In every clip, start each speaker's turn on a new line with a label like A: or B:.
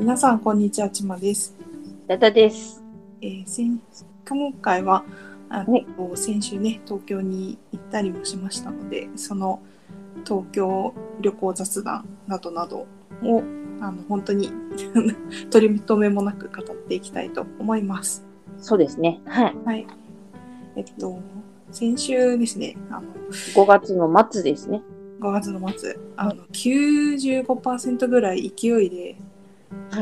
A: 皆さんこんにちは、ちまです。
B: ダダです。
A: 今回は
B: はい、
A: 先週ね、東京に行ったりもしましたので、その東京旅行雑談などなどを本当に取り留めもなく語っていきたいと思います。
B: そうですね。はい。
A: はい。先週ですね、
B: 5月の末ですね。
A: 5月の末、
B: はい。
A: 95% ぐらい勢いで、
B: はい。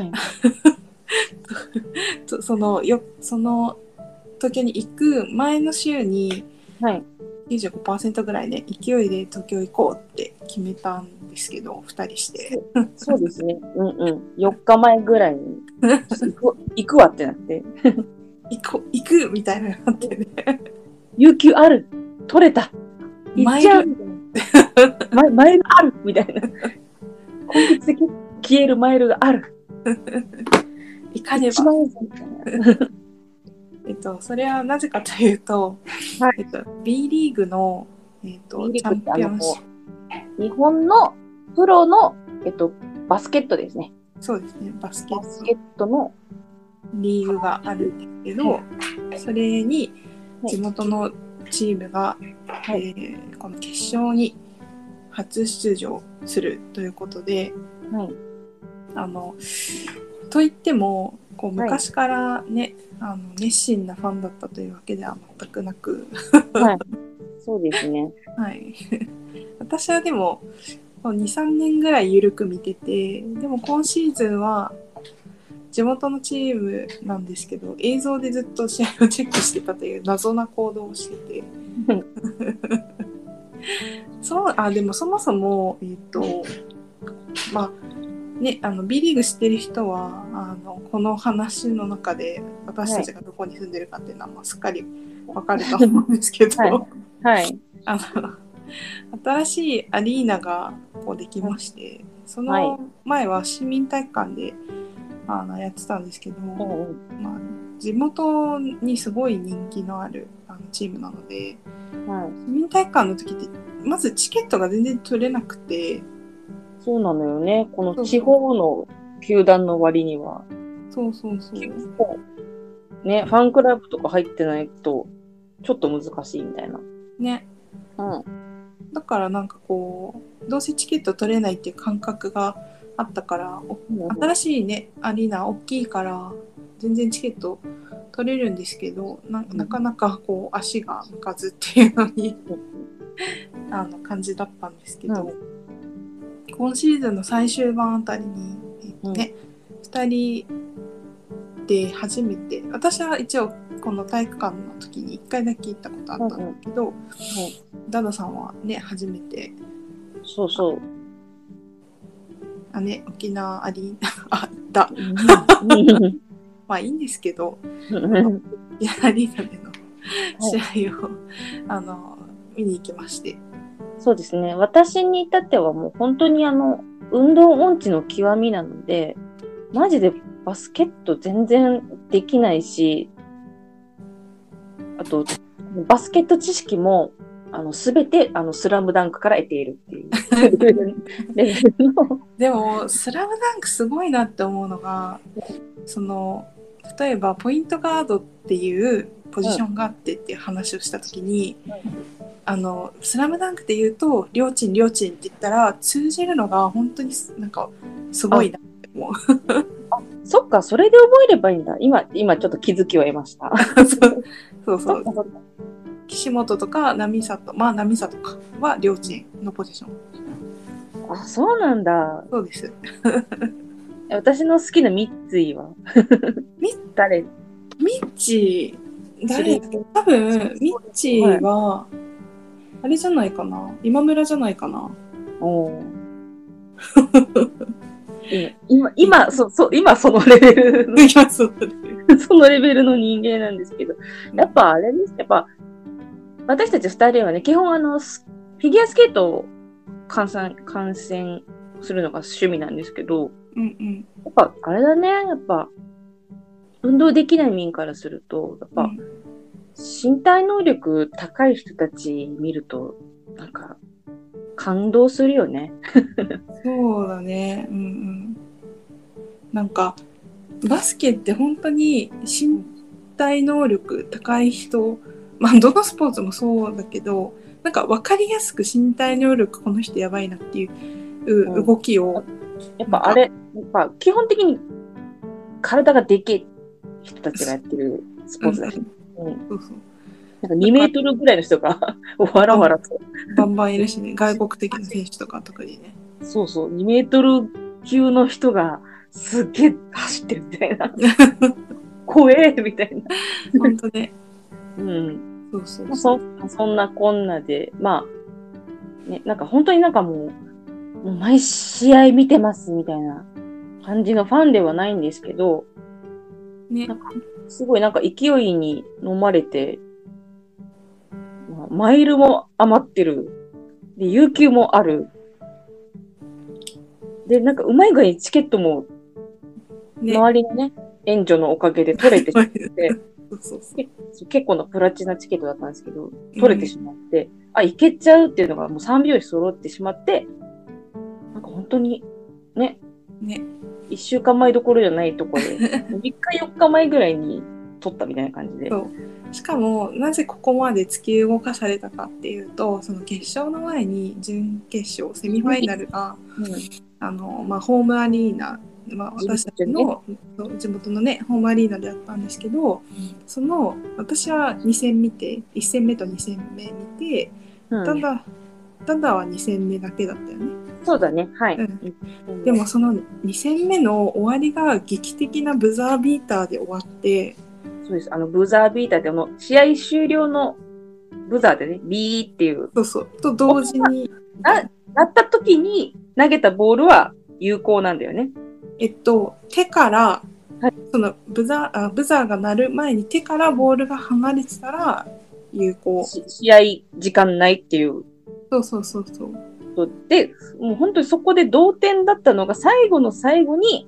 A: その東京に行く前の週に
B: はい。
A: 95% ぐらいで勢いで東京行こうって決めたんですけど、2人して
B: そうですね。うんうん。4日前ぐらいに、行くわってなって。
A: 行くみたいなのがあってね、
B: 有給ある、取れた、行っ
A: マイル
B: ちゃうみたいな。マイルあるみたいな。今月で消えるマイルがある。
A: 行かね
B: 1
A: ば。
B: 万円みたいな。
A: それはなぜかというと、
B: はい。
A: B リーグの、
B: B リ
A: チャン
B: ーグって
A: ピオンシッ
B: 日本のプロの、バスケットですね。
A: プ、そうですね、バスケット
B: バスケットの、
A: リーグがあるんですけど、
B: はい。
A: それに地
B: はい。
A: 元のチームが、
B: はい。
A: この決勝に初出場するということで、
B: はい。
A: といってもこう
B: はい。
A: 昔からね、熱心なファンだったというわけでは全くなく、
B: はい。そうですね。
A: はい、私はでも2、3年ぐらい緩く見てて、でも今シーズンは地元のチームなんですけど、映像でずっと試合をチェックしてたという謎な行動をしてて、でもそもそも、まあね、B リーグ知ってる人はこの話の中で私
B: はい。
A: たちがどこに住んでるかっていうのは、すっかりわかると思うんですけど、
B: はい。はい。
A: あの新しいアリーナがこうできまして、そ
B: はい。
A: の前は市民体育館でやってたんですけど、
B: うんうん。
A: 地元にすごい人気のあるチームなので、
B: はい。
A: 市民体育館の時ってまずチケットが全然取れなくて、
B: そうなのよね。この地
A: そうそう
B: 方の球団の割には、
A: そうそうそう
B: 結構ね、ファンクラブとか入ってないと、ちょっと難しいみたいな。
A: ね、
B: うん。
A: だからなんかこうどうせチケット取れないっていう感覚があったから、
B: うん
A: 新しいねアリーナ大きいから全然チケット取れるんですけど、なかなかこう足が向かずっていうのに感じだったんですけど、
B: うん。
A: 今シーズンの最終盤あたりに、
B: うん。
A: 2人で初めて、私は一応この体育館の時に1回だけ行ったことあったんだ
B: うん。
A: けど、
B: はい。
A: ダダさんはね初めて、
B: そうそう。
A: 沖縄アリーナあった
B: うん。うん
A: まあいいんですけど、
B: うん
A: 沖縄アリーナでの
B: はい。
A: 試合を見に行きまして、
B: そうですね。私に至ってはもう本当に運動音痴の極みなので、マジでバスケット全然できないし、あと、バスケット知識も、すべて、スラムダンクから得ているっていうレベルの。
A: でもスラムダンクすごいなって思うのが、その例えばポイントガードっていうポジションがあってっていう話をした時に、スラムダンクって言うとりょーちんりょーちんって言ったら通じるのが本当になんかすご
B: あ、
A: いなって思う。
B: そっか、それで覚えればいいんだ。今ちょっと気づきを得ました。
A: そうそう。
B: そっか、そっか。
A: 岸本とか波里、波里かはりょーちんのポジション。
B: あ、そうなんだ。
A: そうです。
B: 私の好きな三井は
A: み
B: 誰？
A: ミッチー、
B: スリー
A: 誰だっけ、多分ミッチ
B: はい。
A: ーはあれじゃないかな、今村じゃないかな。
B: おー今そのレベルの、
A: いや、そうだね。
B: そのレベルの人間なんですけど、やっぱあれです。やっぱ、私たち二人はね、基本フィギュアスケートを観戦するのが趣味なんですけど、
A: うんうん。
B: やっぱあれだね、やっぱ運動できない民からすると、やっぱ
A: うん、
B: 身体能力高い人たち見ると、なんか感動するよね。
A: そうだね。うんうん。 なんかバスケって本当に身体能力高い人、まあどのスポーツもそうだけど、なんか分かりやすく身体能力この人やばいなっていう動きを、
B: やっぱあれ、やっぱ基本的に体がでけえ人たちがやってるスポーツだし、
A: そうそう
B: なんか2メートルぐらいの人がわらわらと
A: バンバンいるしね、外国的な選手とか特にね。
B: そうそう、2メートル級の人がすっげえ走ってるみたいな。怖えみたいな。
A: 本当ね。
B: うん。
A: そうそうそう。
B: そんなこんなで、まあ、ね、なんか本当になんかもう毎試合見てますみたいな感じのファンではないんですけど、
A: ね、
B: なんかすごいなんか勢いに飲まれて、まあ、マイルも余ってる。で、有給もある。で、なんかうまい具合にチケットも、周りのね、援助のおかげで取れてしまって、結構なプラチナチケットだったんですけど、取れてしまって、あ、いけちゃうっていうのがもう3拍子揃ってしまって、なんか本当にね、1週間前どころじゃないところで、3日4日前ぐらいに取ったみたいな感じで。
A: そうしかもなぜここまで突き動かされたかっていうと、その決勝の前に準決勝セミファイナルが、ホームアリーナ、私たちの地元のねホームアリーナであったんですけど、その私は2戦見て、1戦目と2戦目見て、ダダは2戦目だけだったよね。
B: そうだね、はい。
A: でもその2戦目の終わりが劇的なブザービーターで終わって、
B: そうです。ブザービーターで試合終了のブザーでね、ビーっていう。
A: と同時に。
B: なった時に投げたボールは有効なんだよね。
A: 手から、そのブザーが鳴る前に手からボールが離れてたら有効。
B: 試合時間ないっていう。
A: そう。
B: で、もう本当にそこで同点だったのが最後の最後に、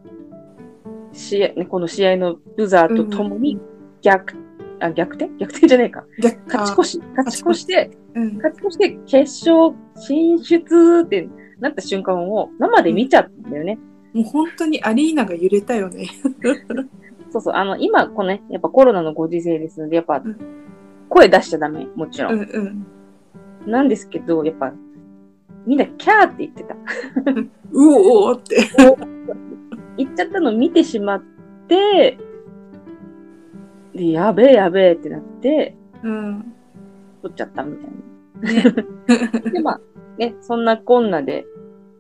B: この試合のブザーとともに逆転じゃないか。勝ち越して決勝進出ってなった瞬間を生で見ちゃったんだよね。
A: もう本当にアリーナが揺れたよね。
B: そう、今、やっぱコロナのご時世ですので、やっぱ、声出しちゃダメ、もちろん。なんですけど、やっぱ、みんなキャーって言ってた。
A: うおーって。
B: 言っちゃったのを見てしまって、で、やべえってなって、取っちゃったみたいな。ね、で、まあ、ね、そんなこんなで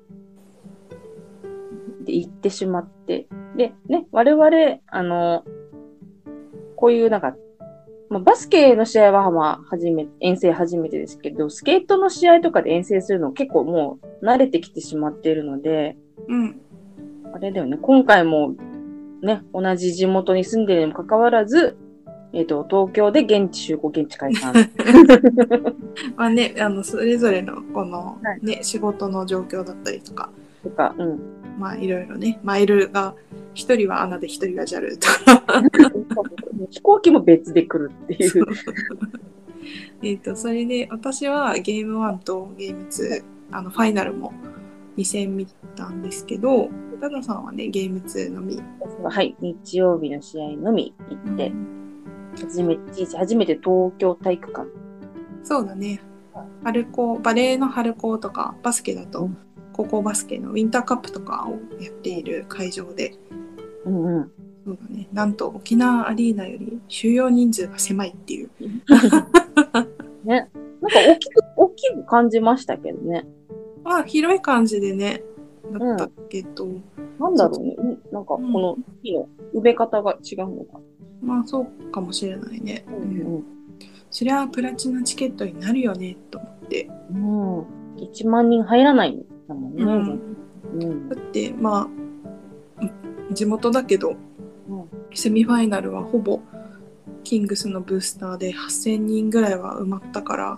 B: 行ってしまって、で、ね、我々、こういうなんか、バスケの試合は遠征初めてですけど、スケートの試合とかで遠征するの結構もう慣れてきてしまっているので、あれだよね、今回もね、同じ地元に住んでいるにもかかわらず、東京で現地集合、現地解散。
A: まあね、それぞれのこのね、仕事の状況だったりとか、まあいろいろね、マイルが一人はアナで一人は JAL とか
B: 飛行機も別で来るっていう。
A: それで私はゲーム1とゲーム2、ファイナルも2戦見たんですけど、ダダさんはね、ゲーム2のみ。
B: はい、日曜日の試合のみ行って、初めて東京体育館。
A: そうだね。バレーの春高とか、バスケだと、高校バスケのウィンターカップとかをやっている会場で、そうだね、なんと沖縄アリーナより収容人数が狭いっていう。
B: ね、なんか大きく感じましたけどね。
A: 広い感じでね、だったけど。
B: なんだろうね、なんかこの木の埋め方が違うのか。
A: まあそうかもしれないね。そりゃプラチナチケットになるよねと思って。
B: 1万人入らないんだもんね。
A: だってまあ地元だけど、セミファイナルはほぼキングスのブースターで8000人ぐらいは埋まったから、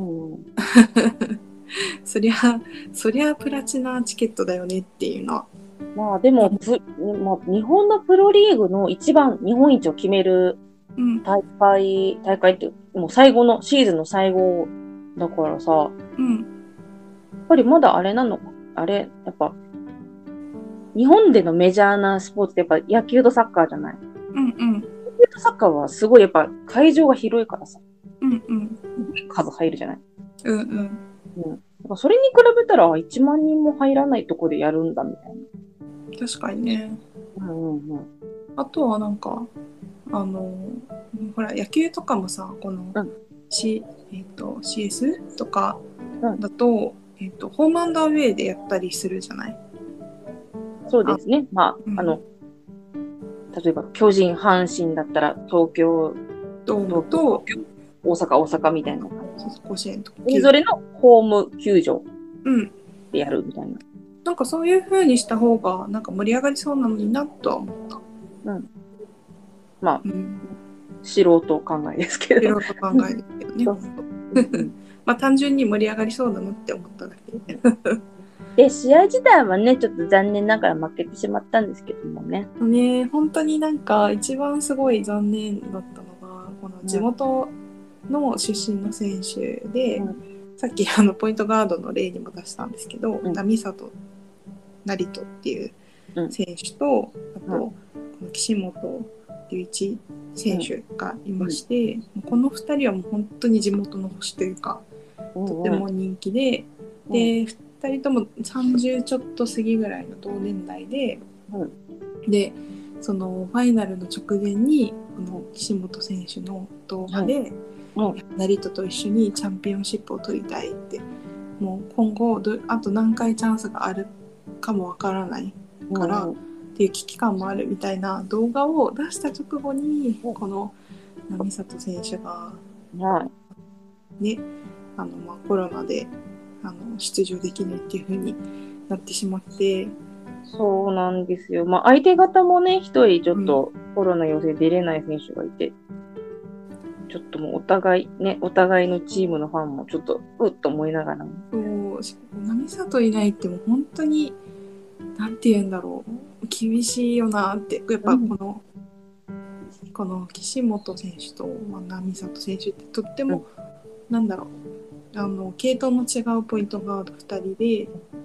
A: そりゃプラチナチケットだよねっていうのは。
B: まあでも、日本のプロリーグの一番日本一を決める大会ってもう最後のシーズンの最後だからさ、やっぱりまだあれなのか、やっぱ日本でのメジャーなスポーツってやっぱ野球とサッカーじゃない。
A: うんうん。
B: 野球とサッカーはすごいやっぱ会場が広いからさ、
A: うんうん。
B: 数入るじゃない。
A: うんうん。
B: うん。だからそれに比べたら1万人も入らないとこでやるんだみたいな。
A: 確かにね。
B: うんうんうん。
A: あとはなんか、ほら、野球とかもさ、この、
B: うん
A: CS とかだと、ホームアンダーウェイでやったりするじゃない。
B: そうですね。まあ、例えば巨人、阪神だったら東京、
A: ドームと
B: 大阪みたいな。
A: 甲子園とか。
B: それぞれのホーム球場でやるみたいな。
A: なんかそういう風にした方がなんか盛り上がりそうなのになとは思った。
B: まあ、素人考えですけど。
A: 素人考えですけどね。まあ単純に盛り上がりそうだなって思っただけで。
B: で、試合自体はね、ちょっと残念ながら負けてしまったんですけどもね。
A: ね、本当になんか一番すごい残念だったのが、この地元の出身の選手で、さっきポイントガードの例にも出したんですけど、並里成人っていう選手と、あと、この岸本隆一選手がいまして、この2人はもう本当に地元の星というか、とても人気で、で、2人とも30ちょっと過ぎぐらいの同年代で、で、そのファイナルの直前に、この岸本選手の動画で、成人と一緒にチャンピオンシップを取りたいって、もう今後あと何回チャンスがあるかもわからないからっていう危機感もあるみたいな動画を出した直後に、この並里選手がね、コロナで出場できないっていう風になってしまって、
B: そうなんですよ。まあ相手方もね、一人ちょっとコロナ陽性出れない選手がいて、ちょっともうお互いのチームのファンもちょっとうっと思いながらも。
A: そう、並里いないってもう本当になんて言うんだろう、厳しいよなって。やっぱこの岸本選手と並里選手ってとっても、なんだろう、系統の違うポイントガード2人で、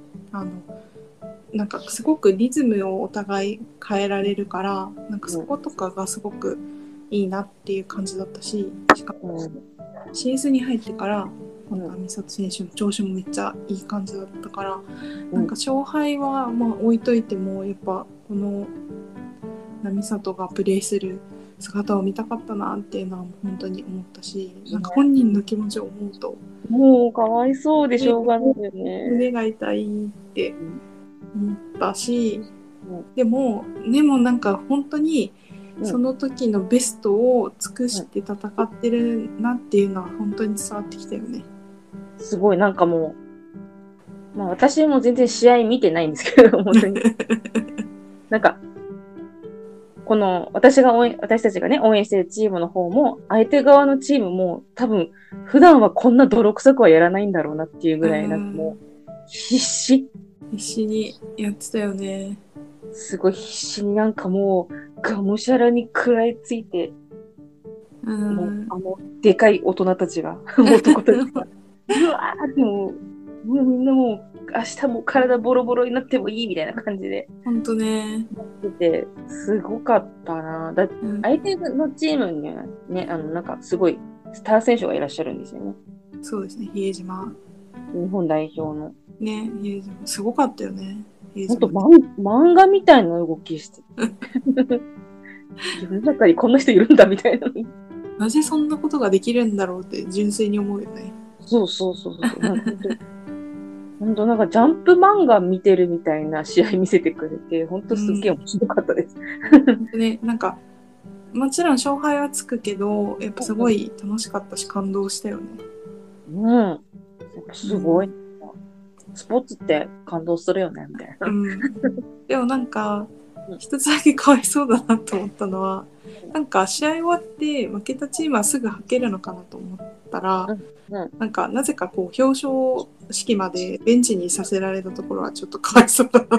A: なんかすごくリズムをお互い変えられるから、なんかそことかがすごくいいなっていう感じだったし、しかも CS に入ってから並里選手の調子もめっちゃいい感じだったから、なんか勝敗はまあ置いといても、やっぱこの並里がプレーする姿を見たかったなっていうのは本当に思ったし、なんか本人の気持ちを思うと
B: もうかわいそうでしょうがないよね。
A: 胸が痛いって思ったし、でもなんか本当にその時のベストを尽くして戦ってるなっていうのは本当に伝わってきたよね。
B: すごい、なんかもう、まあ私も全然試合見てないんですけど、本当に。なんか、この私たちがね、応援してるチームの方も、相手側のチームも多分、普段はこんな泥臭くはやらないんだろうなっていうぐらい、なんかもう、必死
A: にやってたよね。
B: すごい必死になんかもう、がむしゃらに食らいついて、もうでかい大人たちが、男たちが、うわーってもうみんなもう、明日も体ボロボロになってもいいみたいな感じで。
A: ほんとね。
B: やってて、すごかったな。相手のチームにはね、なんかすごいスター選手がいらっしゃるんですよね。
A: そうですね、比江島。
B: 日本代表の。
A: ね、比江島。すごかったよね。
B: ほんと漫画みたいな動きして。世の中にこんな人いるんだみたいな。
A: なぜそんなことができるんだろうって純粋に思うよね。
B: そう。本当なんかジャンプ漫画見てるみたいな試合見せてくれて、本当すっげえ面白かったです。
A: ね、なんかもちろん勝敗はつくけど、やっぱすごい楽しかったし感動したよね。
B: すごい。スポーツって感動するよねみたいな。
A: でもなんか一つだけかわいそうだなと思ったのは、なんか試合終わって負けたチームはすぐはけるのかなと思ったら、なんかなぜかこう表彰式までベンチにさせられたところはちょっとかわいそうだなと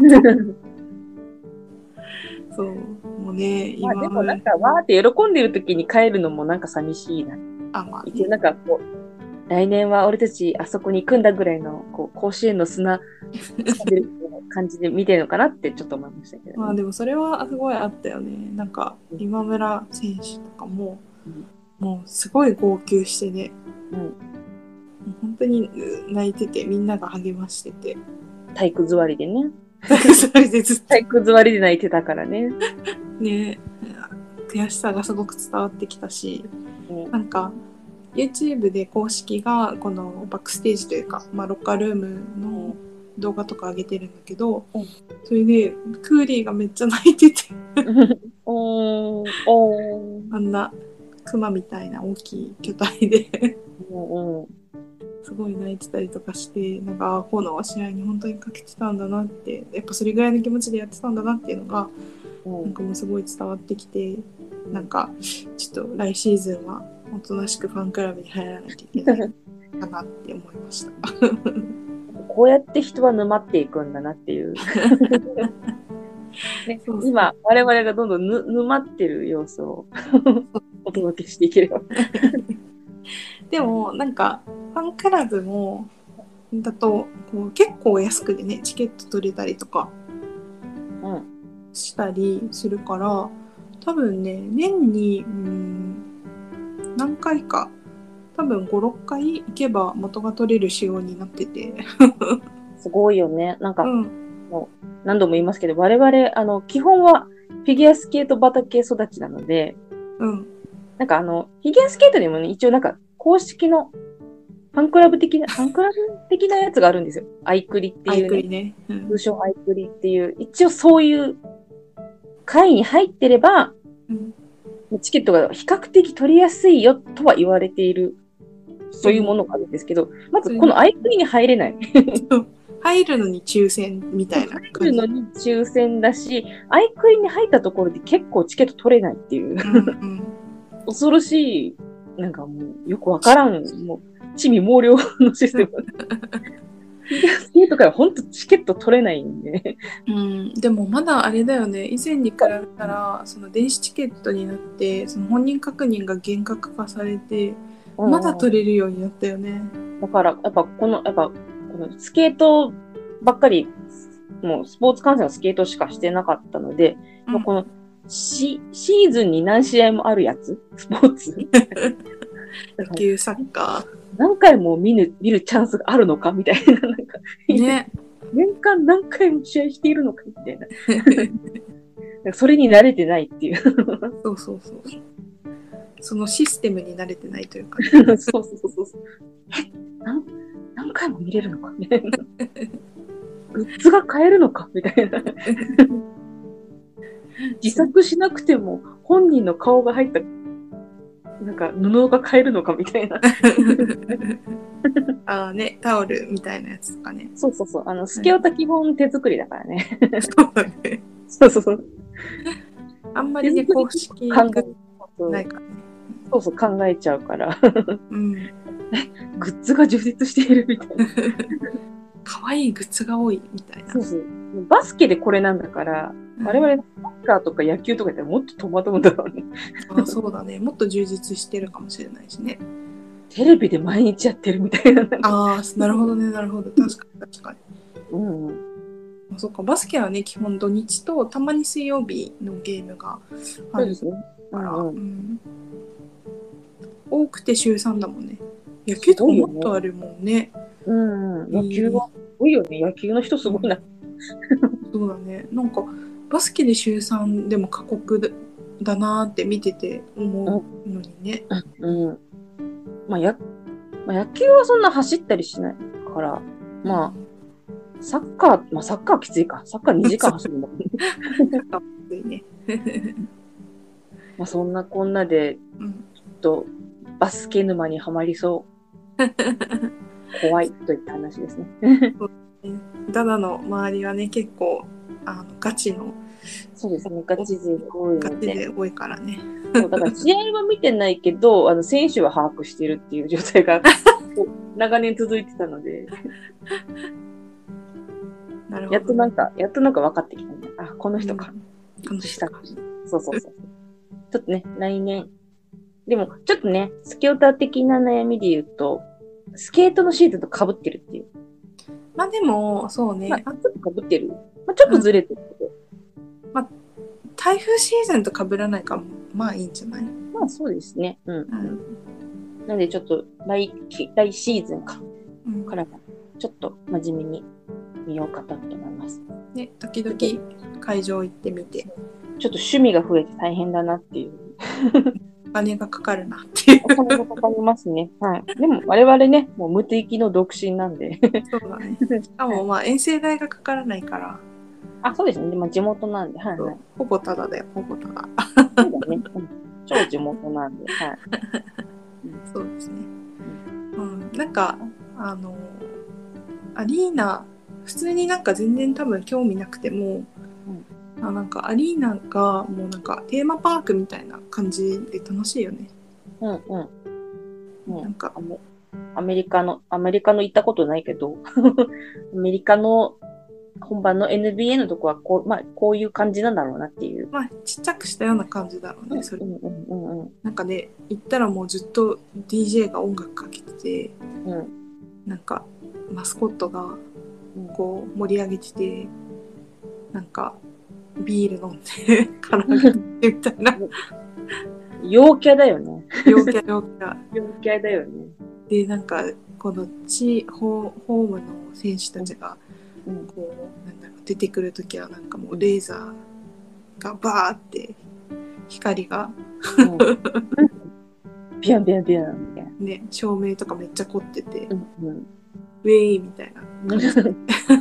A: そうもうね、
B: 今でもなんかわーって喜んでる時に帰るのもなんか寂しいな。
A: まあね、
B: 一応なんかこ来年は俺たちあそこに行くんだぐらいの、こう、甲子園の砂、掴んでる感じで見てるのかなってちょっと思いましたけど、ね。
A: まあでもそれはすごいあったよね。なんか今村選手とかも、もうすごい号泣してね、もう本当に泣いてて、みんなが励ましてて。
B: 体育座りでね。
A: それでずっと
B: 体育座りで泣いてたからね。
A: ね、悔しさがすごく伝わってきたし、なんか YouTube で公式がこのバックステージというか、まあ、ロッカールームの動画とか上げてるんだけど、それでクーリーがめっちゃ泣いててあんなクマみたいな大きい巨体ですごい泣いてたりとかして、なんかこの試合に本当にかけてたんだなって、やっぱそれぐらいの気持ちでやってたんだなっていうのが、なんかもうすごい伝わってきて、なんかちょっと来シーズンはおとなしくファンクラブに入らなきゃいけないかなって思いました
B: こうやって人は沼っていくんだなっていうね、そうそう、今我々がどんどん沼ってる様子をお届けしていければ
A: でもなんかファンクラブもだとこう結構安くでねチケット取れたりとかしたりするから、多分ね年に何回か多分5、6回行けば元が取れる仕様になってて
B: すごいよね。なんか、もう何度も言いますけど、我々基本はフィギュアスケート畑育ちなので、なんかフィギュアスケートにもね、一応なんか公式のファンクラブ的なやつがあるんですよ。アイクリっていうね。通称アイクリっていう、一応そういう会に入ってれば、チケットが比較的取りやすいよとは言われている、そういうものがあるんですけど、まずこのアイクリに入れない。
A: 入るのに抽選みたいな感じ。
B: 入るのに抽選だし、アイクリに入ったところで結構チケット取れないっていう。恐ろしい、なんかもうよくわからん、もう、地味猛量のシステム。フィギュアスケートから本当チケット取れないんで。
A: でもまだあれだよね、以前に比べたら、その電子チケットになって、その本人確認が厳格化されて、まだ取れるようになったよね。
B: だから、やっぱこのスケートばっかり、もうスポーツ観戦はスケートしかしてなかったので、このシーズンに何試合もあるやつスポーツ
A: 野球、サッカー。
B: 何回も見るチャンスがあるのかみたいな。なんか
A: ね。
B: 年間何回も試合しているのかみたいな。それに慣れてないっていう。
A: そう。そのシステムに慣れてないというか、
B: ね。そう。何回も見れるのかみたいな。グッズが買えるのかみたいな。自作しなくても本人の顔が入ったなんか布が買えるのかみたいな。
A: タオルみたいなやつとかね。
B: そう。スケオタ基本手作りだからね。
A: そうだね。
B: そう。
A: あんまりね、公式グッズないからね。
B: そう考えちゃうから。グッズが充実しているみたいな。
A: 可愛いグッズが多いみたいな。
B: そう。バスケでこれなんだから、我々サッカーとか野球とかでもっと戸惑うんだろうね。
A: そうだね。もっと充実してるかもしれないしね。
B: テレビで毎日やってるみたいな。
A: なるほどね。確かに。そっか、バスケはね、基本土日とたまに水曜日のゲームがあるから、多くて週3だもんね。野球とかもっとあるもんね。
B: 野球はすごいよね。野球の人すごいな。
A: そうだね。なんかバスケで週3でも過酷だなって見てて思うのにね。
B: 野球はそんな走ったりしないから、サッカーはきついか。サッカー2時間走るんだもんね。
A: きついね。
B: そんなこんなで、ちょっとバスケ沼にはまりそう。怖いといった話ですね。
A: ダダの周りはね、結構ガチの。
B: そうですね、ガチ勢多いので。
A: ガチ勢多いからね。
B: だから試合は見てないけど、選手は把握してるっていう状態が長年続いてたので。なるほど。やっとなんか分かってきたね。この人か。この人か。そう。ちょっとね、来年。でも、ちょっとね、スケオタ的な悩みで言うと、 スケートのシーズンと被ってるっていう。
A: まあでも、そうね。
B: ちょっと被ってる。ちょっとずれてるけど。
A: 台風シーズンと被らないから、まあいいんじゃない？
B: そうですね。なんでちょっと来シーズンからちょっと真面目に見ようかなと思います。
A: ね、時々会場行ってみて。
B: ちょっと趣味が増えて大変だなっていう。
A: お金がかかるなっていう。
B: お金がかかりますね。はい。でも我々ね、もう無敵の独身なんで。
A: そうだね。しかもまあ遠征代がかからないから。
B: そうですね。でも地元なんで、はいはい。
A: ほぼタダだよ、ほぼタダ。
B: そうだね。超地元なんで、はい。
A: そうですね。なんか、アリーナ、普通になんか全然多分興味なくても、なんかアリーナがもうなんかテーマパークみたいな感じで楽しいよね。なんか
B: アメリカの行ったことないけど、アメリカの本番の NBA のとこはこういう感じなんだろうなっていう。
A: ちっちゃくしたような感じだろうね、それ。なんかね、行ったらもうずっと DJ が音楽かけてて、なんかマスコットがこう盛り上げてて、なんかビール飲んで唐揚げ食ってみたいな。
B: 陽キャだよね。
A: 陽キャ。陽
B: キャだよね。
A: で、なんかこのホームの選手たちがこうなんだろう、出てくるときはなんかもうレーザーがバーって光が
B: ビャンビャンビャンみたいな
A: ね、照明とかめっちゃ凝ってて、ウェイみたいな感じで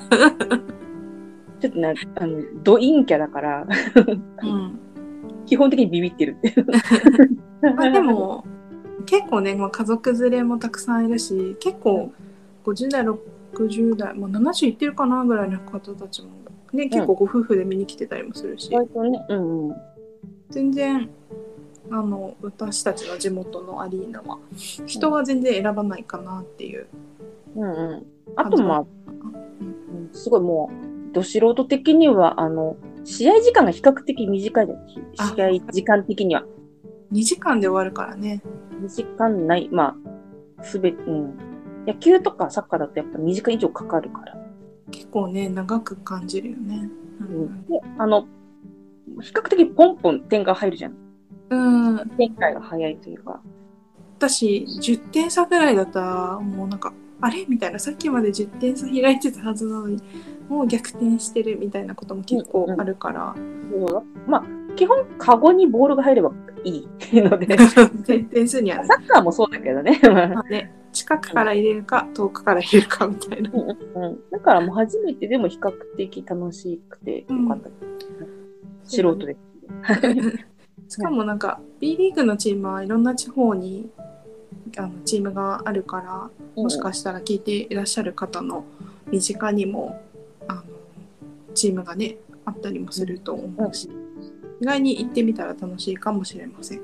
B: ちょっとドインキャだから、基本的にビビってるって
A: でも結構ね、家族連れもたくさんいるし、結構50代60代、もう70いってるかなぐらいの方たちもね、結構ご夫婦で見に来てたりもするし、全然私たちの地元のアリーナは人は全然選ばないかなっていう。
B: あとすごいもうど素人的には試合時間が比較的短いじゃん。試合時間的には
A: 2時間で終わるからね。
B: 2時間ない。すべて、野球とかサッカーだとやっぱ2時間以上かかるから。
A: 結構ね、長く感じるよね。
B: で比較的ポンポン点が入るじゃん。展開が早いというか。
A: 私、10点差ぐらいだったら、もうなんか、あれみたいな、さっきまで10点差開いてたはずなのに、もう逆転してるみたいなことも結構あるから。
B: 基本、カゴにボールが入ればいいので。
A: 点数にある。
B: サッカーもそうだけどね。
A: 近くから入れるか、遠くから入れるかみたいな。
B: だからもう初めてでも比較的楽しくてよかった。素人で。
A: しかもなんか B リーグのチームはいろんな地方にチームがあるから、もしかしたら聞いていらっしゃる方の身近にもチームがねあったりもすると思うし、意外に行ってみたら楽しいかもしれません。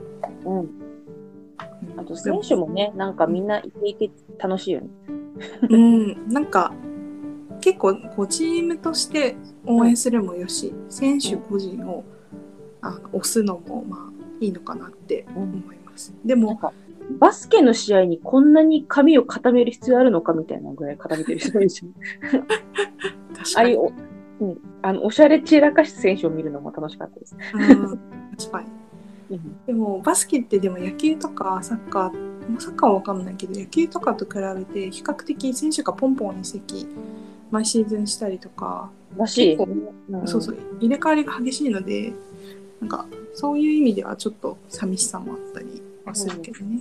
B: あと選手もね、なんかみんないていて楽しいよね。
A: なんか結構こうチームとして応援するもよし、選手個人を押すのもいいのかなって思います。でも
B: バスケの試合にこんなに髪を固める必要あるのかみたいなぐらい固めてる人いるし
A: 確かに
B: おしゃれ散らかした選手を見るのも楽しかったです。
A: 確かに。でもバスケってでも野球とかサッカーは分かんないけど、野球とかと比べて比較的選手がポンポン移籍毎シーズンしたりとから
B: しい。
A: そう入れ替わりが激しいので、なんかそういう意味ではちょっと寂しさもあったりはするけどね。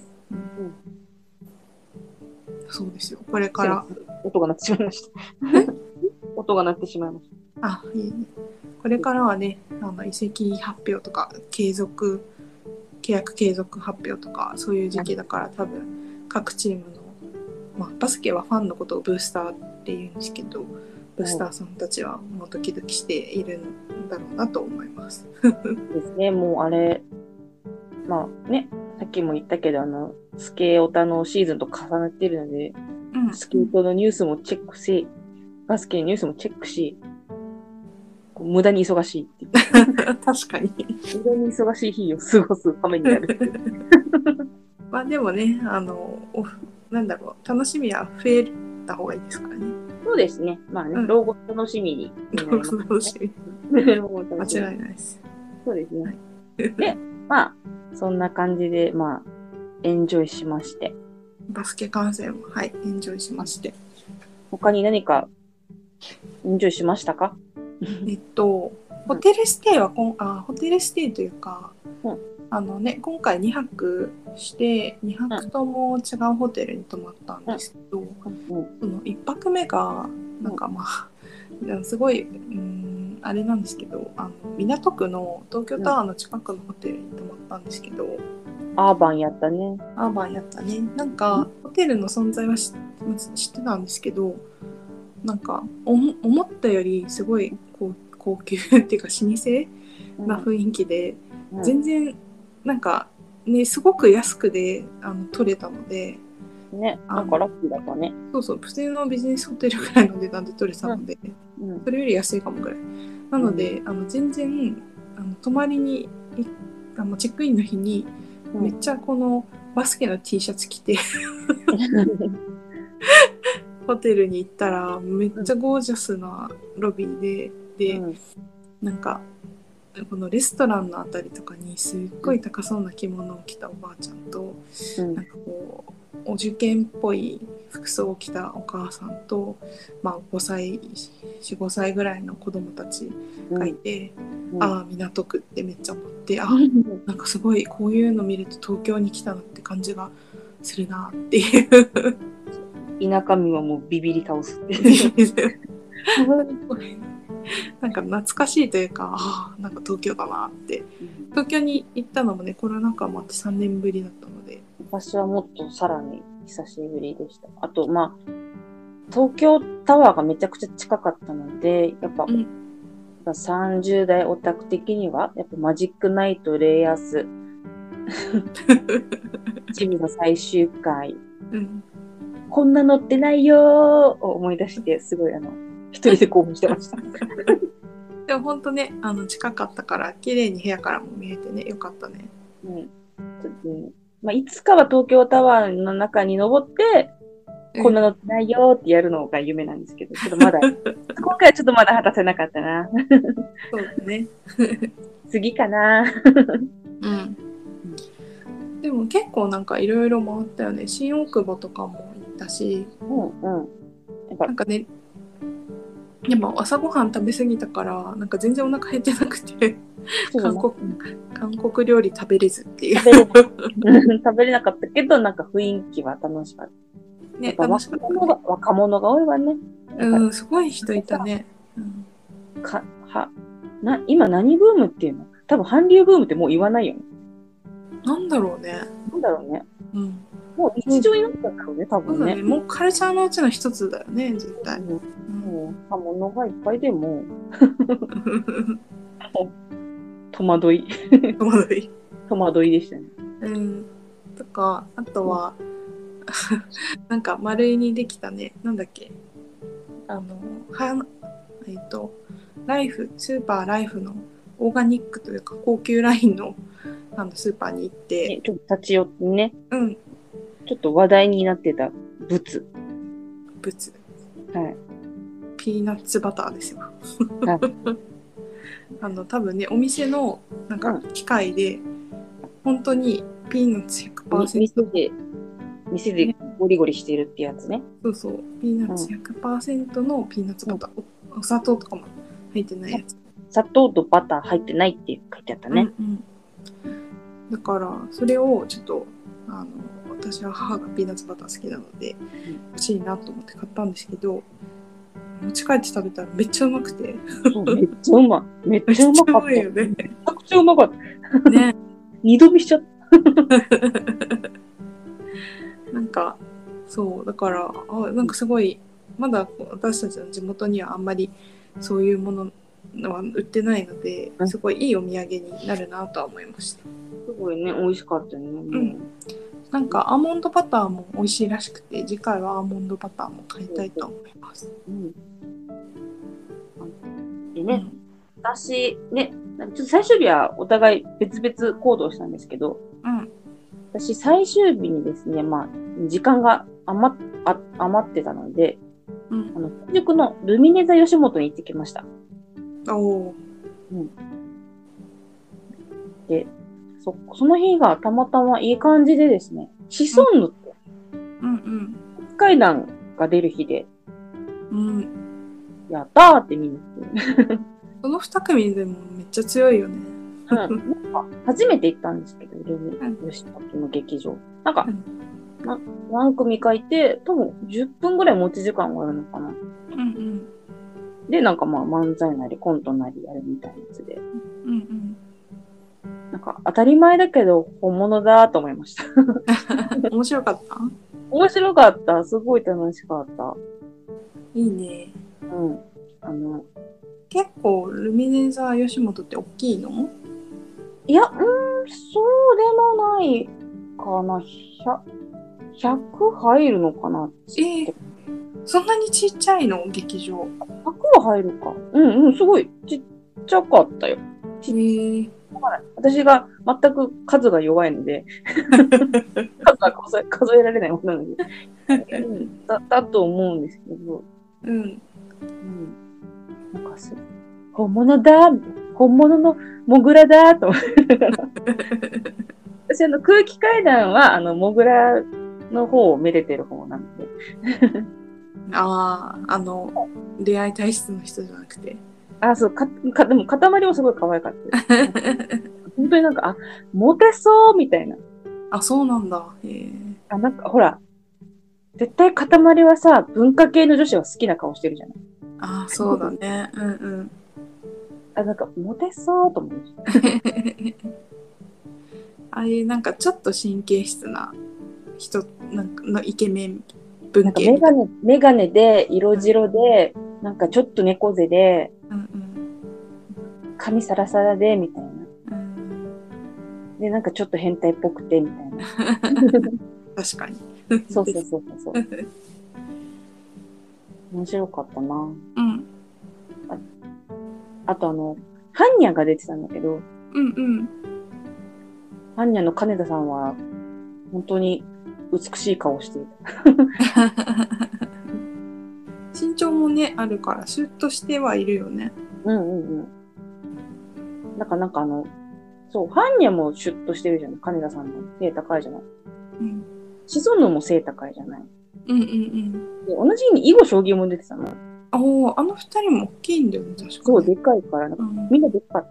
A: そうですよ。これから
B: 音が鳴ってしまいました。音が鳴ってしまいました。
A: いいね。これからはね、移籍発表とか契約継続発表とかそういう時期だから、多分各チームの、バスケはファンのことをブースターって言うんですけど、ブースターさんたちはもうドキドキしているんだろうなと思います。
B: ですね。もうあれ、さっきも言ったけどスケーオタのシーズンと重なっているので、スケートのニュースもチェックし、バスケのニュースもチェックし、無駄に忙しいっていう。
A: 確かに。
B: 無駄に忙しい日を過ごすためになる。
A: でもね、 なんだろう、楽しみは増えた方がいいですからね。
B: そうですね。まあね、
A: うん
B: 老後楽しみになりますね。
A: 楽しみ。
B: 老後楽しみ
A: 間違いないです。
B: そうですね。
A: はい
B: で、まあ、そんな感じで、まあ、エンジョイしまして。
A: バスケ観戦も、はい、エンジョイしまして。
B: 他に何かエンジョイしましたか？
A: ホテルステイはホテルステイというか、
B: うん
A: 今回2泊して2泊とも違うホテルに泊まったんですけど、その1泊目がなんかまあ、すごいあれなんですけど、港区の東京タワーの近くのホテルに泊まったんですけど、
B: アーバンやったね。
A: アーバンやったね。なんかホテルの存在は知ってたんですけど、なんか思ったよりすごい高級っていうか老舗な雰囲気で、全然なんかね、すごく安くで取れたので、
B: ね、なんかラッキーだったね。
A: そうそう、普通のビジネスホテルぐらいの値段で取れたので、それより安いかもぐらい。なので、全然泊まりにチェックインの日にめっちゃこのバスケの T シャツ着てホテルに行ったらめっちゃゴージャスなロビーで、なんかこのレストランのあたりとかにすっごい高そうな着物を着たおばあちゃんと、なんかこうお受験っぽい服装を着たお母さんと、まあ、4、5歳ぐらいの子供たちがいて、ああ港区ってめっちゃ思って、なんかすごいこういうの見ると東京に来たなって感じがするなっていう
B: 田舎民はもうビビり倒すって
A: なんか懐かしいというか、なんか東京だなって。東京に行ったのもね、コロナ禍もあって3年ぶりだったので。
B: 私はもっとさらに久しぶりでした。あと、まあ、東京タワーがめちゃくちゃ近かったので、やっぱ、30代オタク的には、やっぱマジックナイト、レイアス、ジムの最終回、こんなのってないよーを思い出して、すごい一人で興奮してました。
A: でも本当ね、近かったから綺麗に部屋からも見えてね、よかったね。
B: まあ、いつかは東京タワーの中に登って、こんなのってないよーってやるのが夢なんですけど、ちょっとまだ、今回はちょっとまだ果たせなかったな。
A: そうだね。
B: 次かな。
A: でも結構なんかいろいろ回ったよね。新大久保とかも行ったし、なんかね、やっぱ朝ごはん食べ過ぎたからなんか全然お腹減ってなくて韓国料理食べれずっていう
B: 食べれなかったけどなんか雰囲気は楽しかったね。楽しかったね。若者が多いわね。
A: すごい人いたね。
B: 今何ブームっていうの？多分韓流ブームってもう言わないよね。
A: なんだろうね。も
B: う日常になったんだろうね、多分ね。
A: もうカルチャーのうちの一つだよね、絶対。
B: もう物がいっぱいでも戸惑いでしたね。
A: とかあとはなんか丸いにできたね、なんだっけ、ライフスーパーライフのオーガニックというか高級ラインのスーパーに行って、
B: ちょっと立ち寄ってね、ちょっと話題になってたブツ、
A: ピーナッツバターですよ。多分ね、お店のなんか機械で本当にピーナッツ 100%、
B: 店でゴリゴリしてるってやつね。
A: そうそう、ピーナッツ 100% のピーナッツバター、お砂糖とかも入ってないやつ。
B: 砂糖とバター入ってないって書いてあったね。
A: だからそれをちょっと私は母がピーナッツバター好きなので欲しいなと思って買ったんですけど、持ち帰って食べたらめっちゃうまくて
B: めっちゃうまい。めっちゃうまかった。
A: よね。
B: めちゃくちゃうまかった。
A: ね。
B: 二度見しちゃった。
A: なんかそうだからなんかすごいまだ私たちの地元にはあんまりそういうものは売ってないので、すごいいいお土産になるなとは思いました。
B: すごいね、美味しかったね。
A: なんかアーモンドバターも美味しいらしくて、次回はアーモンドバターも買いたいと思います。
B: でね、私ね、ちょっと最終日はお互い別々行動したんですけど、私最終日にですね、まあ時間が余ってたので、
A: うん。
B: 新宿のルミネ座吉本に行ってきました。
A: おお。
B: うん。で、その日がたまたまいい感じでですね、シソンヌって
A: うん
B: 階段が出る日で、
A: うん。うん。
B: やったーってみんな言って。
A: その2組でもめっちゃ強いよね。
B: うん。なんか初めて行ったんですけど、ルミ吉本の劇場。なんか、何組かいて、多分10分ぐらい持ち時間があるのかな。
A: うんうん。
B: で、なんかまあ漫才なりコントなりやるみたいなやつで。
A: うんうん。
B: なんか当たり前だけど本物だと思いました。
A: 面白かった？
B: 面白かった。すごい楽しかった。
A: いいね。
B: うん。
A: 結構ルミネ座吉本って大きいの？
B: いや、そうでもないかな。100入るのかな。
A: そんなにちっちゃいの劇場？
B: 100は入るか。うんうん、すごいちっちゃかったよ。私が全く数が弱いので、数が数えられないものなので、だと思うんですけど、
A: うん。
B: なんか本物だみたいな、本物のモグラだと思って私空気階段はモグラの方をめでてる方なので
A: ああ、恋愛体質の人じゃなくて。
B: そうでも塊もすごい可愛かった本当になんかモテそうみたいな。
A: そうなんだ。
B: なんかほら絶対塊はさ、文化系の女子は好きな顔してるじゃない。
A: そうだね。うんうん。
B: なんかモテそうと思う
A: ああいうなんかちょっと神経質な人なんかのイケメン文系みたいな。
B: メガネで色白で、なんかちょっと猫背で、髪サラサラでみたいな。で、なんかちょっと変態っぽくてみたいな。
A: 確かに。
B: そう。面白かったな。
A: うん。
B: あとハンニャが出てたんだけど、ハンニャの金田さんは本当に美しい顔していた。
A: 身長もねあるからシュッとしてはいるよね。
B: なんかそうハンニャもシュッとしてるじゃない。金田さんも背高いじゃない。シソンヌも背高いじゃない。で同じ日に囲碁将棋も出てたの。
A: あの二人も大きいんだよね、確かに。
B: そう、でかいから、みんなでかかった。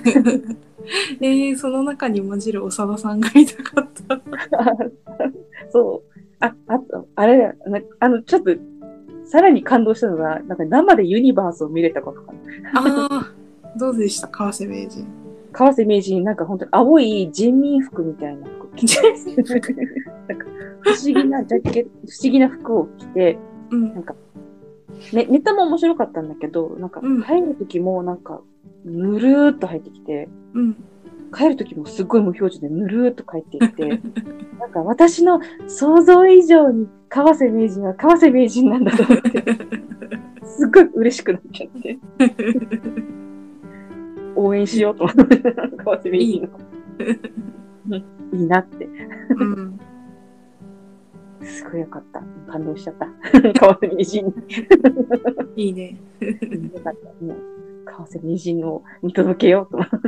A: その中に混じる長田さんがいたかった。
B: そう。あれだよ。ちょっと、さらに感動したのが、なんか生でユニバースを見れたことかな。
A: どうでした川瀬名人。
B: 川瀬名人、なんか本当に青い人民服みたいな服着て、なんか不思議なジャケット、不思議な服を着て、なんか、ネタも面白かったんだけど、なんか入る時もなんかぬるーっと入ってきて、帰る時もすごい無表情でぬるーっと帰っていってなんか私の想像以上に川瀬名人は川瀬名人なんだと思ってすっごい嬉しくなっちゃって応援しようと思って川瀬名人のいいなってすごいよかった。感動しちゃった。川瀬名人
A: いいね。
B: よかった。もう川瀬名人を見届けようと思って。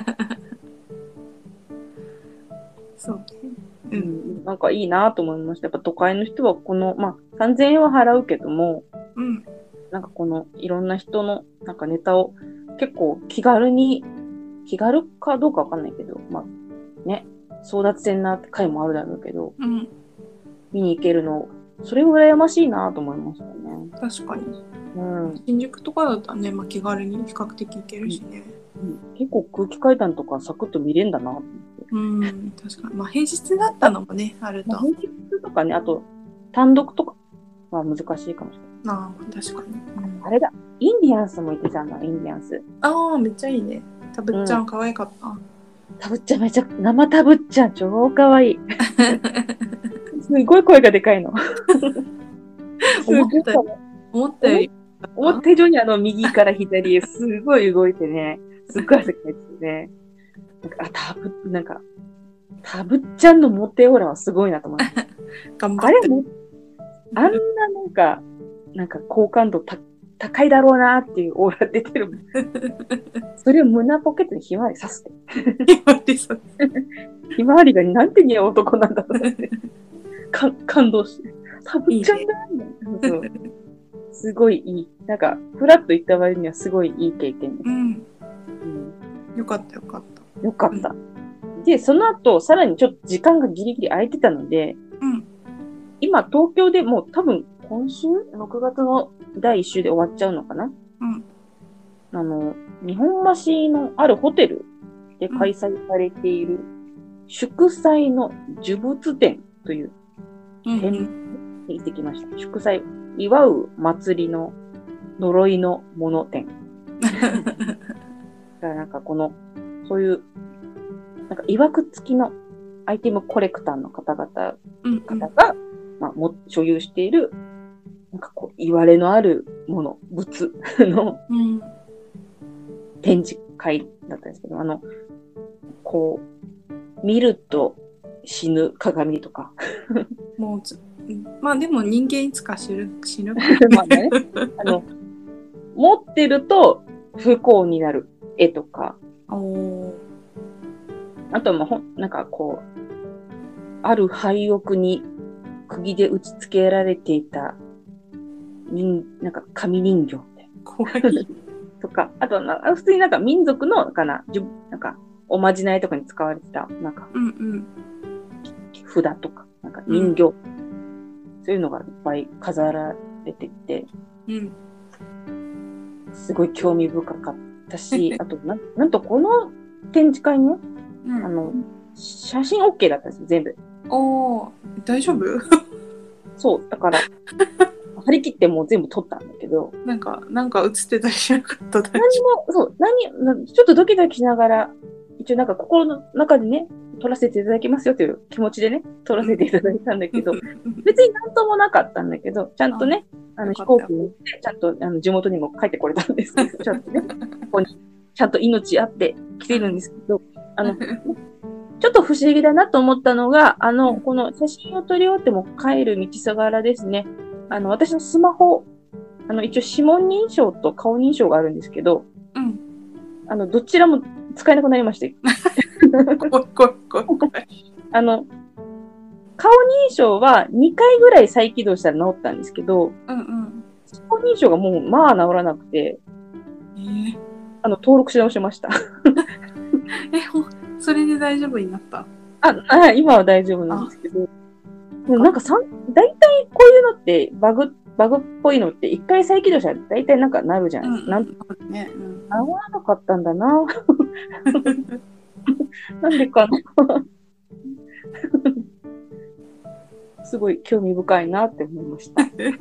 A: そう
B: ね。なんかいいなと思いました。やっぱ都会の人はこの、3000円は払うけども、なんかこのいろんな人のなんかネタを結構気軽かどうかわかんないけど、争奪戦な回もあるだろうけど、見に行けるの、それを羨ましいなと思いましたね。
A: 確かに。新宿とかだったらね、気軽に比較的行けるしね。
B: 結構空気階段とかサクッと見れんだなと思
A: って。確かに。平日だったのもね、あると。
B: 平日とかね、あと単独とかは難しいかもしれない。
A: 確かに。
B: あれだ、インディアンスもいてたんだ、インディアンス。
A: めっちゃいいね。たぶっちゃん可愛かった。
B: たぶっちゃん生たぶっちゃん超可愛い。すごい声がでかいの。
A: 思ったより。
B: 思った以上に右から左へすごい動いてね、すっごい汗かいててね。たぶっちゃんのモテオーラはすごいなと思って。
A: 頑張って。
B: あんななんか好感度高いだろうなっていうオーラ出てるもん。それを胸ポケットにひまわり刺すって。ひまわりがなんて似合う男なんだと思って。感動して。サブちゃんだみたいな。そう。すごいいい。なんか、フラッと行った割にはすごいいい経験です。
A: うん。
B: うん、
A: よかったよかった。
B: よかった。で、その後、さらにちょっと時間がギリギリ空いてたので、
A: うん。
B: 今、東京でもう多分、今週 ?6 月の第1週で終わっちゃうのかな。
A: うん。
B: 日本橋のあるホテルで開催されている、祝祭の呪物展という展に行ってきました。祝祭、祝う祭りの呪いのもの展。だからなんかそういう、なんか曰く付きのアイテムコレクターの方々が、まあ、所有している、なんかこう、言われのあるもの、物の展示会だったんですけど、こう、見ると死ぬ鏡とか。
A: もうまあでも人間いつか死ぬ
B: まあね、持ってると不幸になる絵とか。あともなんかこう、ある廃屋に釘で打ち付けられていたなんか紙人形
A: 怖い
B: とか、あと普通になんか民族のなんかおまじないとかに使われてたなんか、札とかなんか人形、そういうのがいっぱい飾られてて、すごい興味深かったし、あとなんとこの展示会ね、写真 OK だったんですよ全部。
A: 大丈夫？
B: そうだから張り切ってもう全部撮ったんだけど、
A: なんか映ってたりしなかった。
B: ちょっとドキドキしながら、一応なんか心の中でね、撮らせていただきますよという気持ちでね、撮らせていただいたんだけど、別になんともなかったんだけど、ちゃんとね、飛行機にちゃんと地元にも帰ってこれたんですけど、ちゃんとね、ここにちゃんと命あって来てるんですけど、ちょっと不思議だなと思ったのが、この写真を撮り終わっても帰る道すがらですね、私のスマホ、一応指紋認証と顔認証があるんですけど、どちらも使えなくなりまして。
A: 怖い。
B: 顔認証は2回ぐらい再起動したら治ったんですけど、顔認証がもう治らなくて、登録し直しました。
A: それで大丈夫になった？
B: 今は大丈夫なんですけど、なんか大体こういうのってバグっぽいのって一回再起動したら大体なんかなるじゃないですか。ならなかったんだな。なんでかな。すごい興味深いなって思いました。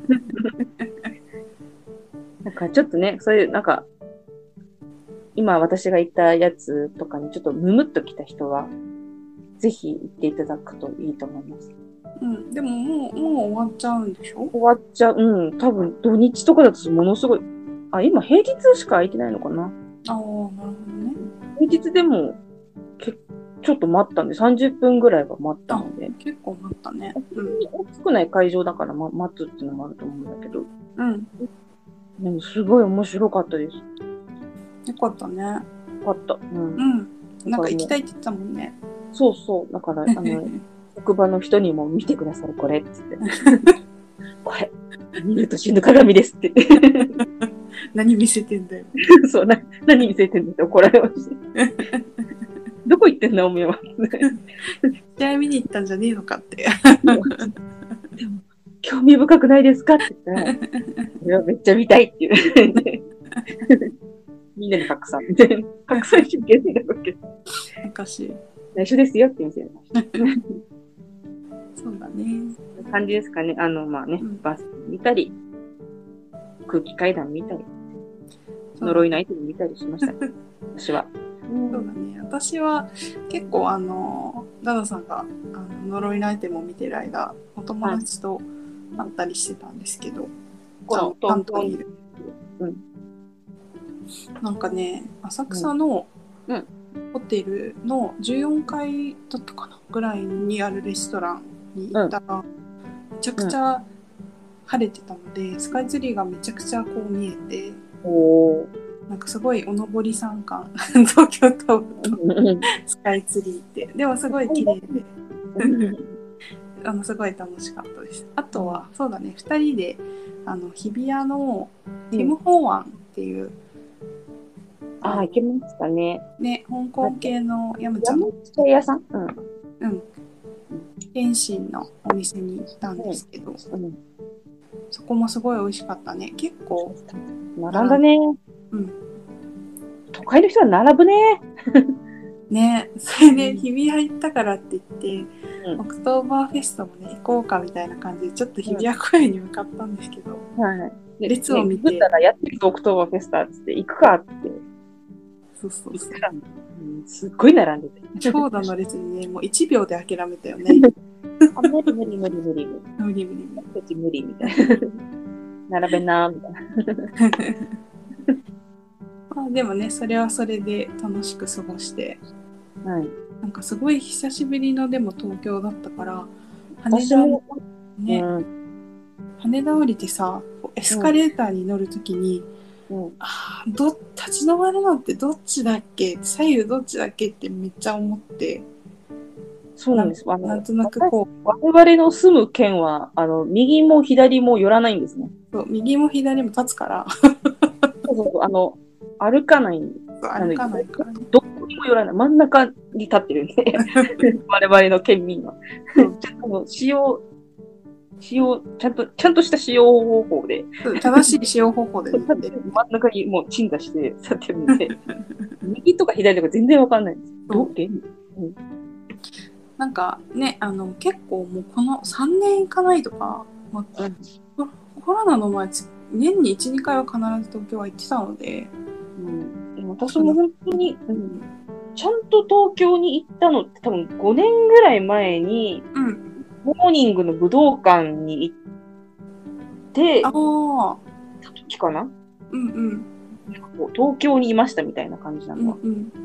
B: なんかちょっとね、そういうなんか今私が言ったやつとかにちょっとムムっときた人はぜひ行っていただくといいと思います。
A: でももう終わっちゃうんでしょ？
B: 終わっちゃう。多分土日とかだとものすごい。今平日しか空いてないのかな。
A: なるほどね。
B: 平日でもちょっと待ったんで30分ぐらいは待ったので。
A: 結構待ったね。
B: 大きくない会場だから、待つっていうのもあると思うんだけど。でもすごい面白かったです。
A: よかったね。よ
B: かった。
A: なんか行きたいって言ってたもんね。
B: そう。だから職場の人にも見てくださいこれっつって。これ見ると死ぬ鏡ですって。
A: 何見せてんだよ。
B: そう何見せてんだって怒られました。どこ行ってんだおめえは。
A: 試合見に行ったんじゃねえのかって。
B: でも興味深くないですかって言ったら、これはめっちゃ見たいっていう。みんなに拡散みたいな。拡散しけないだろうけど。
A: 昔。
B: 内緒ですよって見せました。
A: そうだね。
B: 感じですかね。バス見たり、空気階段見たり、呪いのアイテム見たりしました。私は。
A: そうだね。私は結構ダダさんが呪いのアイテムを見てる間、お友達と会ったりしてたんですけど、関東にいる。なんかね、浅草のホテルの14階だったかなぐらいにあるレストランに行ったら、めちゃくちゃ晴れてたのでスカイツリーがめちゃくちゃこう見えて、
B: お
A: なんかすごいおのぼりさん感東京タワーと
B: ー。
A: スカイツリーってでもすごい綺麗ですごい楽しかったです。あとはそうだね、2人で日比谷のティム・ホーアンっていう、
B: ああ、行けましたね。
A: ね、香港系のヤムチャの
B: 屋さん、
A: 天津のお店に行ったんですけど、そこもすごい美味しかったね。結構
B: 並んだね。都会の人は並ぶね。
A: ね、それで日比谷行ったからって言って、オクトーバーフェストもね行こうかみたいな感じでちょっと日比谷公園に向かったんですけど、列を見て、
B: たらやってるオクトーバーフェスタっつって行くかって。
A: そうそうそう。
B: すっごい並んでて。
A: 長蛇の列にね、もう1秒で諦めたよね。
B: 無理無理無理無理。
A: 無理無理
B: 無理みたいな。並べなみたいな。
A: まあでもね、それはそれで楽しく過ごして、なんかすごい久しぶりのでも東京だったから、羽田ね、羽田降りてさ、エスカレーターに乗るときに、立ち止まるのってどっちだっけ、左右どっちだっけってめっちゃ思って。
B: そうなんです。
A: なんとなくこう、
B: 我々の住む県は右も左も寄らないんですね。
A: そう右も左も立つから。
B: 歩かないんです。
A: 歩かないからね。
B: どこにも寄らない。真ん中に立ってるんで、我々の県民は。ちゃんとした使用方法で。
A: 正しい使用方法で、
B: 真ん中にもう鎮座して立ってるんで、右とか左とか全然わかんないんです。どっけ？
A: なんかね、結構もうこの3年行かないとか、コロナの前、年に1、2回は必ず東京は行ってたので、
B: 私も本当に、ちゃんと東京に行ったのって多分5年ぐらい前に、モーニングの武道館に行って、た時かな？東京にいましたみたいな感じなのは。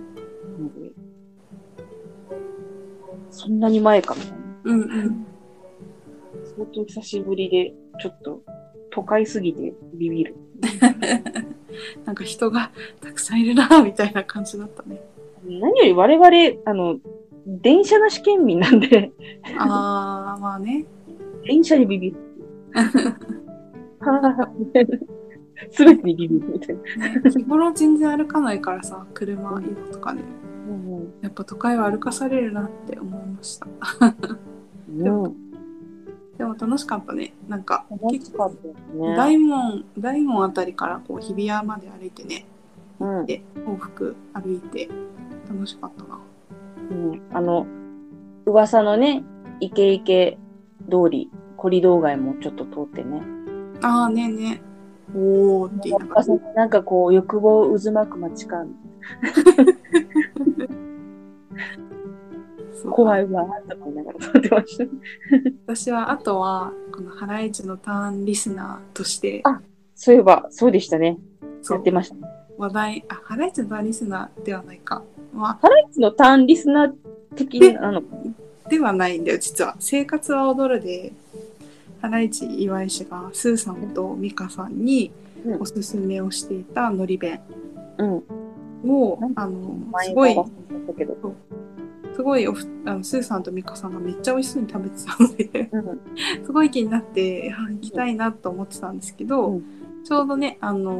B: そんなに前かみたいな。相当久しぶりで、ちょっと都会すぎてビビる。
A: なんか人がたくさんいるなみたいな感じだったね。
B: 何より我々電車なし県民なんで
A: まあね。
B: 電車にビビる。すべてにビビるみたいな。
A: 日頃全然歩かないからさ、車移動とかね。やっぱ都会は歩かされるなって思いました。でも楽しかったね。なんか結構大門あたりからこう日比谷まで歩いてね、行って往復歩いて楽しかったな。
B: 噂のね、イケイケ通り、コリドー街もちょっと通ってね。
A: ね。おーって言いながら。
B: なんかこう欲望渦巻く街感。怖いわーと思いながら撮ってました。
A: 私はあとはこのハライチのターンリスナーとして、
B: そういえばそうでしたね。やってましたね。
A: ハライチのターンリスナーではないか。
B: ハライチのターンリスナー的なの
A: ではないんだよ実は。生活は踊るでハライチ岩井氏がスーさんとミカさんにおすすめをしていたのり弁を、すごいスーさんとミカさんがめっちゃ美味しそうに食べてたので、すごい気になって行きたいなと思ってたんですけど、ちょうどね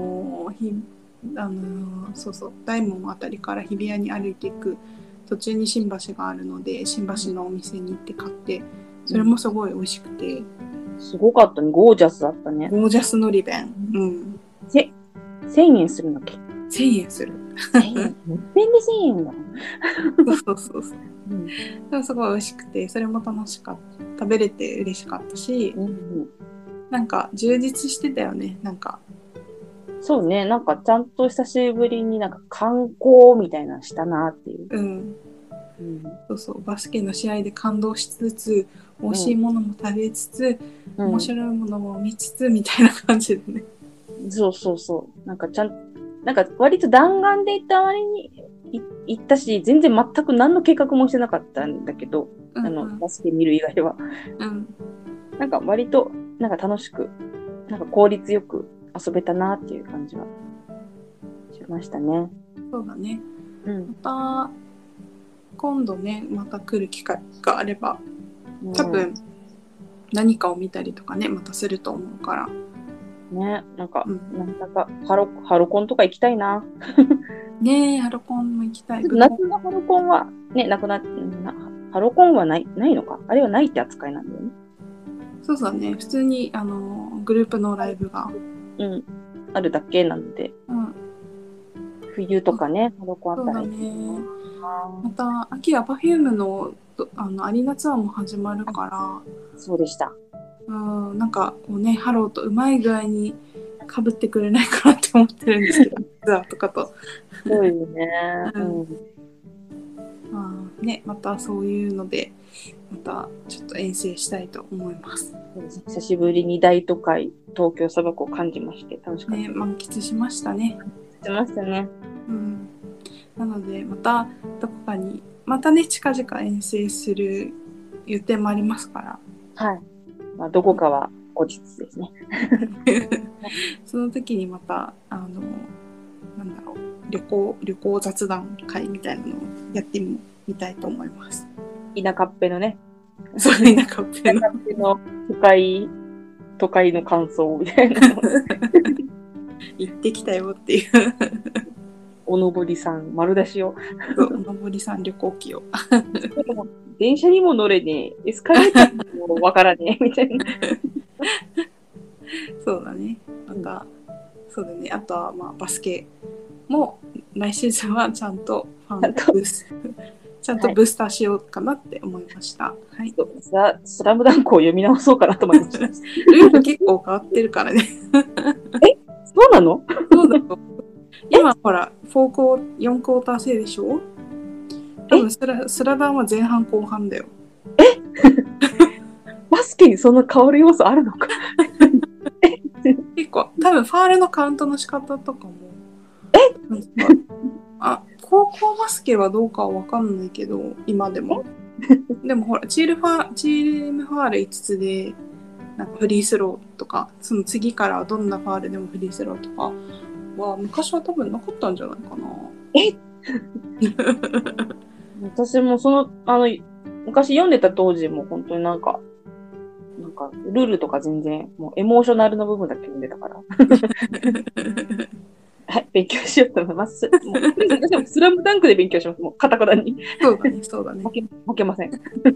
A: 大門あたりから日比谷に歩いていく途中に新橋があるので、新橋のお店に行って買って、それもすごい美味しくて、
B: すごかったね。ゴージャスだったね。
A: ゴージャスのり弁。
B: 1000円するんだっけ
A: ？1000円する。
B: 1000円。もっぺんで1000円だ。
A: そう。でもすごい美味しくて、それも楽しかった。食べれて嬉しかったし、なんか充実してたよね。なんか。
B: そうね。なんかちゃんと久しぶりになんか観光みたいなのしたなっていう。
A: そうバスケの試合で感動しつつ、美味しいものも食べつつ、面白いものも見つつみたいな感じでね。
B: そう。なんか割と弾丸で行った割に行ったし、全然全く何の計画もしてなかったんだけど、バスケ見る以外は。なんか割となんか楽しくなんか効率よく遊べたなっていう感じはしましたね。
A: そうだね。
B: うん。
A: また今度ね、また来る機会があれば、多分何かを見たりとかね、またすると思うから。
B: ね、なんか、
A: うん、
B: なんだかハロコンとか行きたいな。
A: ねえ、ハロコンも行きたい。
B: 夏のハロコンはね、ハロコンはないのか。あれはないって扱いなんだよね。
A: そうだね、普通にグループのライブが、
B: うん、あるだけなので、
A: うん、
B: 冬とかね、ハロコンあったらいい。
A: そうだね。また秋は Perfume のアリーナツアーも始まるから、
B: そうでした。
A: なんかこうね、ハローとうまい具合に被ってくれないかなって思ってるんですけど、ツアーとかと。
B: そうよね。
A: ね、またそういうので、またちょっと遠征したいと思います。
B: 久しぶりに大都会、東京砂漠を感じまして、楽しかった。
A: ね、満喫しましたね。
B: しましたね。
A: なので、またどこかに、またね、近々遠征する予定もありますから。
B: はい。まあ、どこかは後日ですね。
A: その時にまた、なんだろう、旅行雑談会みたいなのをやってみたいと思います。
B: 田舎っぺのね。
A: そう、田舎っぺの
B: 都会の感想みたいな。
A: 行ってきたよっていう。
B: おのぼりさん、丸出しを。
A: おのぼりさん旅行記を。
B: 電車にも乗れねえ、エスカレーターにもわからねえ、みたいな。
A: そうだね。また、そうだね。あとは、まあ、バスケも来シーズンはちゃんとファンブース。ちゃんとブースターしようかなって思いました。はい。
B: スラムダンクを読み直そうかなと思いました。ル
A: ール結構変わってるからね。
B: そうなの？
A: そうだよ。今ほら、4クォーター制でしょ？多分スラダンは前半後半だよ。
B: バスケにそんな変わる要素あるのか？
A: 結構、多分ファールのカウントの仕方とかも。高校バスケはどうかは分かんないけど、今でも。でもほら、チームファール5つで、なんかフリースローとか、その次からどんなファールでもフリースローとかは、昔は多分なかったんじゃないかな。
B: 私も昔読んでた当時も本当になんか、ルールとか全然、もうエモーショナルの部分だけ読んでたから。はい、勉強しようと思います。私もスラムダンクで勉強します。もう、カタカナに。
A: そうだね。
B: 負けません。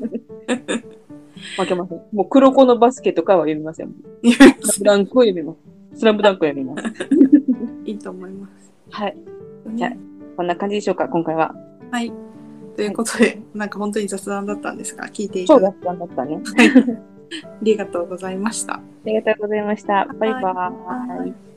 B: 負けません。もう、黒子のバスケとかは読みません。スラムダンクを読みます。スラムダンクを読みます。
A: いいと思います。
B: はい。じゃあ、こんな感じでしょうか、今回は。
A: はい。ということで、なんか本当に雑談だったんですが、聞いていただいて。
B: そう、雑談だったね。
A: ありがとうございました。
B: ありがとうございました。バイバーイ。